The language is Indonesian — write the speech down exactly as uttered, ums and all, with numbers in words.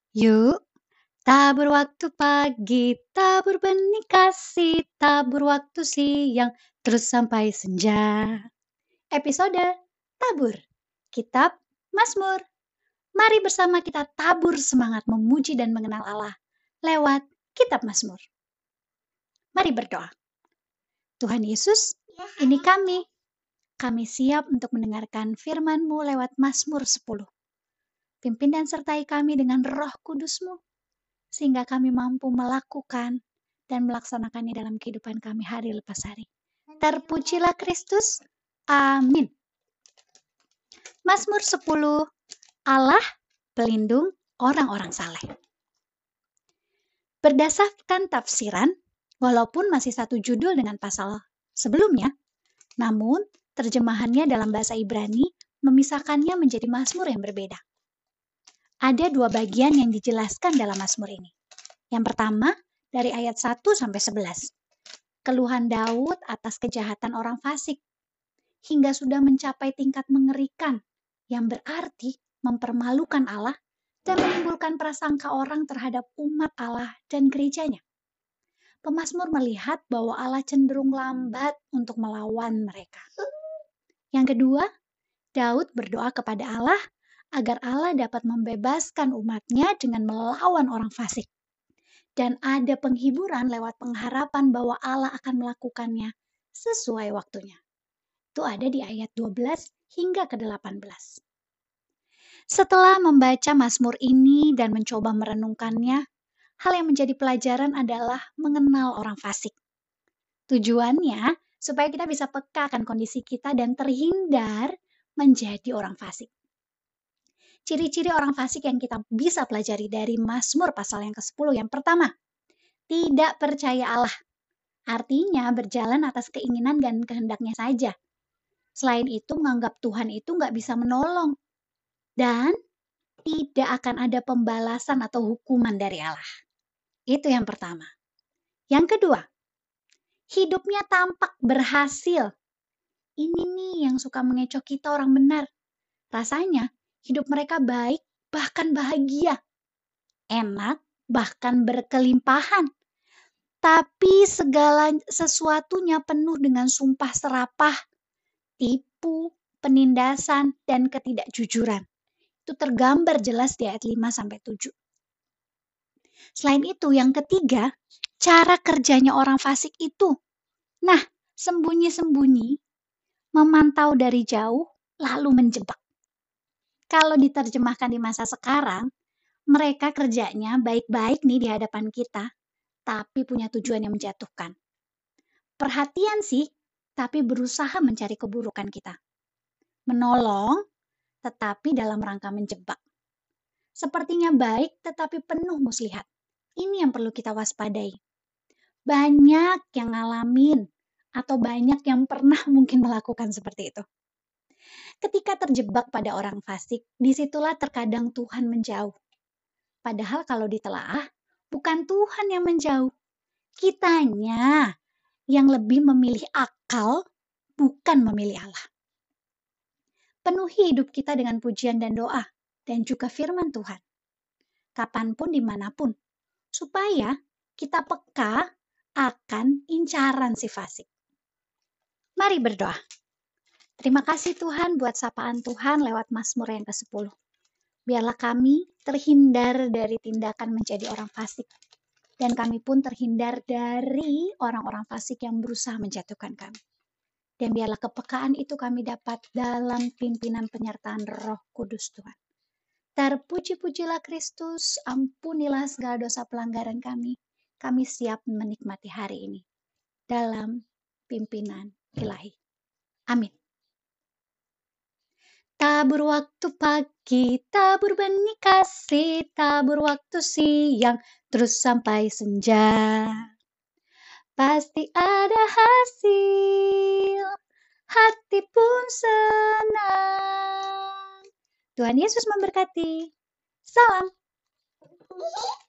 Yuk, tabur waktu pagi, tabur benih kasih, tabur waktu siang, terus sampai senja. Episode Tabur, Kitab Mazmur. Mari bersama kita tabur semangat memuji dan mengenal Allah lewat Kitab Mazmur. Mari berdoa. Tuhan Yesus, ini kami. Kami siap untuk mendengarkan firman-Mu lewat Mazmur sepuluh. Pimpin dan sertai kami dengan Roh Kudus-Mu, sehingga kami mampu melakukan dan melaksanakannya dalam kehidupan kami hari lepas hari. Terpujilah Kristus. Amin. Mazmur sepuluh, Allah pelindung orang-orang saleh. Berdasarkan tafsiran, walaupun masih satu judul dengan pasal sebelumnya, namun terjemahannya dalam bahasa Ibrani memisahkannya menjadi mazmur yang berbeda. Ada dua bagian yang dijelaskan dalam mazmur ini. Yang pertama, dari ayat satu sampai sebelas. Keluhan Daud atas kejahatan orang fasik, hingga sudah mencapai tingkat mengerikan, yang berarti mempermalukan Allah dan menimbulkan prasangka orang terhadap umat Allah dan gerejanya. Pemazmur melihat bahwa Allah cenderung lambat untuk melawan mereka. Yang kedua, Daud berdoa kepada Allah agar Allah dapat membebaskan umatnya dengan melawan orang fasik. Dan ada penghiburan lewat pengharapan bahwa Allah akan melakukannya sesuai waktunya. Itu ada di ayat dua belas hingga ke delapan belas. Setelah membaca Mazmur ini dan mencoba merenungkannya, hal yang menjadi pelajaran adalah mengenal orang fasik. Tujuannya supaya kita bisa peka akan kondisi kita dan terhindar menjadi orang fasik. Ciri-ciri orang fasik yang kita bisa pelajari dari Mazmur pasal yang kesepuluh. Yang pertama, tidak percaya Allah. Artinya berjalan atas keinginan dan kehendaknya saja. Selain itu menganggap Tuhan itu nggak bisa menolong. Dan tidak akan ada pembalasan atau hukuman dari Allah. Itu yang pertama. Yang kedua, hidupnya tampak berhasil. Ini nih yang suka mengecoh kita orang benar. Rasanya hidup mereka baik, bahkan bahagia. Enak, bahkan berkelimpahan. Tapi segala sesuatunya penuh dengan sumpah serapah, tipu, penindasan, dan ketidakjujuran. Itu tergambar jelas di ayat lima sampai tujuh. Selain itu, yang ketiga, cara kerjanya orang fasik itu. Nah, sembunyi-sembunyi, memantau dari jauh, lalu menjebak. Kalau diterjemahkan di masa sekarang, mereka kerjanya baik-baik nih di hadapan kita, tapi punya tujuan yang menjatuhkan. Perhatian sih, tapi berusaha mencari keburukan kita. Menolong, tetapi dalam rangka menjebak. Sepertinya baik, tetapi penuh muslihat. Ini yang perlu kita waspadai. Banyak yang ngalamin, atau banyak yang pernah mungkin melakukan seperti itu. Ketika terjebak pada orang fasik, disitulah terkadang Tuhan menjauh. Padahal kalau ditelaah, bukan Tuhan yang menjauh. Kitanya yang lebih memilih akal, bukan memilih Allah. Penuhi hidup kita dengan pujian dan doa, dan juga firman Tuhan. Kapanpun, dimanapun. Supaya kita peka akan incaran si fasik. Mari berdoa. Terima kasih Tuhan buat sapaan Tuhan lewat Mazmur yang kesepuluh. Biarlah kami terhindar dari tindakan menjadi orang fasik. Dan kami pun terhindar dari orang-orang fasik yang berusaha menjatuhkan kami. Dan biarlah kepekaan itu kami dapat dalam pimpinan penyertaan Roh Kudus Tuhan. Terpuji-pujilah Kristus, ampunilah segala dosa pelanggaran kami. Kami siap menikmati hari ini. Dalam pimpinan Ilahi. Amin. Tabur waktu pagi, tabur benih kasih, tabur waktu siang, terus sampai senja. Pasti ada hasil, hati pun senang. Tuhan Yesus memberkati. Salam.